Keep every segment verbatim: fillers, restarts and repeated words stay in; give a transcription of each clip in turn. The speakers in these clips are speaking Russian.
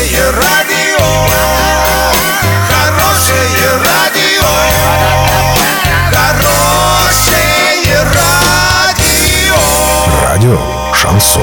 Хорошее радио, хорошее радио, хорошее радио. Радио Шансон.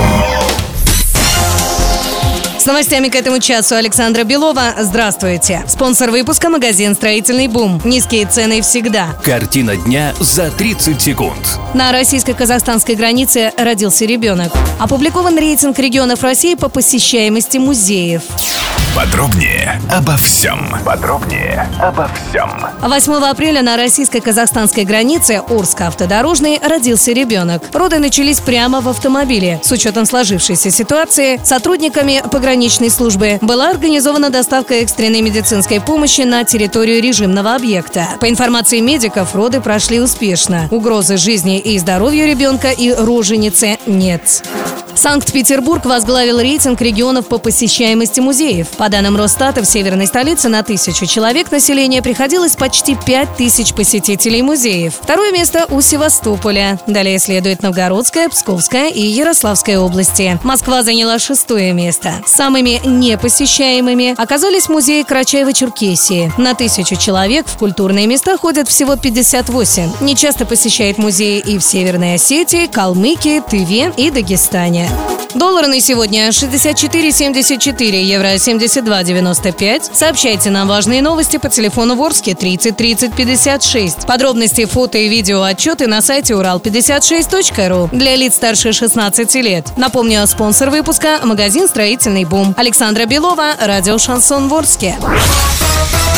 С новостями к этому часу Александра Белова. Здравствуйте. Спонсор выпуска — магазин «Строительный бум». Низкие цены всегда. Картина дня за тридцать секунд. На российско-казахстанской границе родился ребенок. Опубликован рейтинг регионов России по посещаемости музеев. Подробнее обо всем. Подробнее обо всем. восьмого апреля на российско-казахстанской границе Орск-Автодорожный родился ребенок. Роды начались прямо в автомобиле. С учетом сложившейся ситуации, сотрудниками пограничной службы была организована доставка экстренной медицинской помощи на территорию режимного объекта. По информации медиков, роды прошли успешно. Угрозы жизни и здоровью ребенка и роженицы нет. Санкт-Петербург возглавил рейтинг регионов по посещаемости музеев. По данным Росстата, в северной столице на тысячу человек населения приходилось почти пять тысяч посетителей музеев. Второе место у Севастополя. Далее следует Новгородская, Псковская и Ярославская области. Москва заняла шестое место. Самыми непосещаемыми оказались музеи Карачаево-Черкесии. На тысячу человек в культурные места ходят всего пятьдесят восемь. Нечасто посещают музеи и в Северной Осетии, Калмыкии, Тыве и Дагестане. Доллар на сегодня шестьдесят четыре семьдесят четыре, евро семьдесят два девяносто пять. Сообщайте нам важные новости по телефону Ворске тридцать тридцать пятьдесят шесть. Подробности, фото и видео отчеты на сайте урал пятьдесят шесть точка ру для лиц старше шестнадцати лет. Напомню, спонсор выпуска — магазин «Строительный бум». Александра Белова, радио «Шансон» Ворске.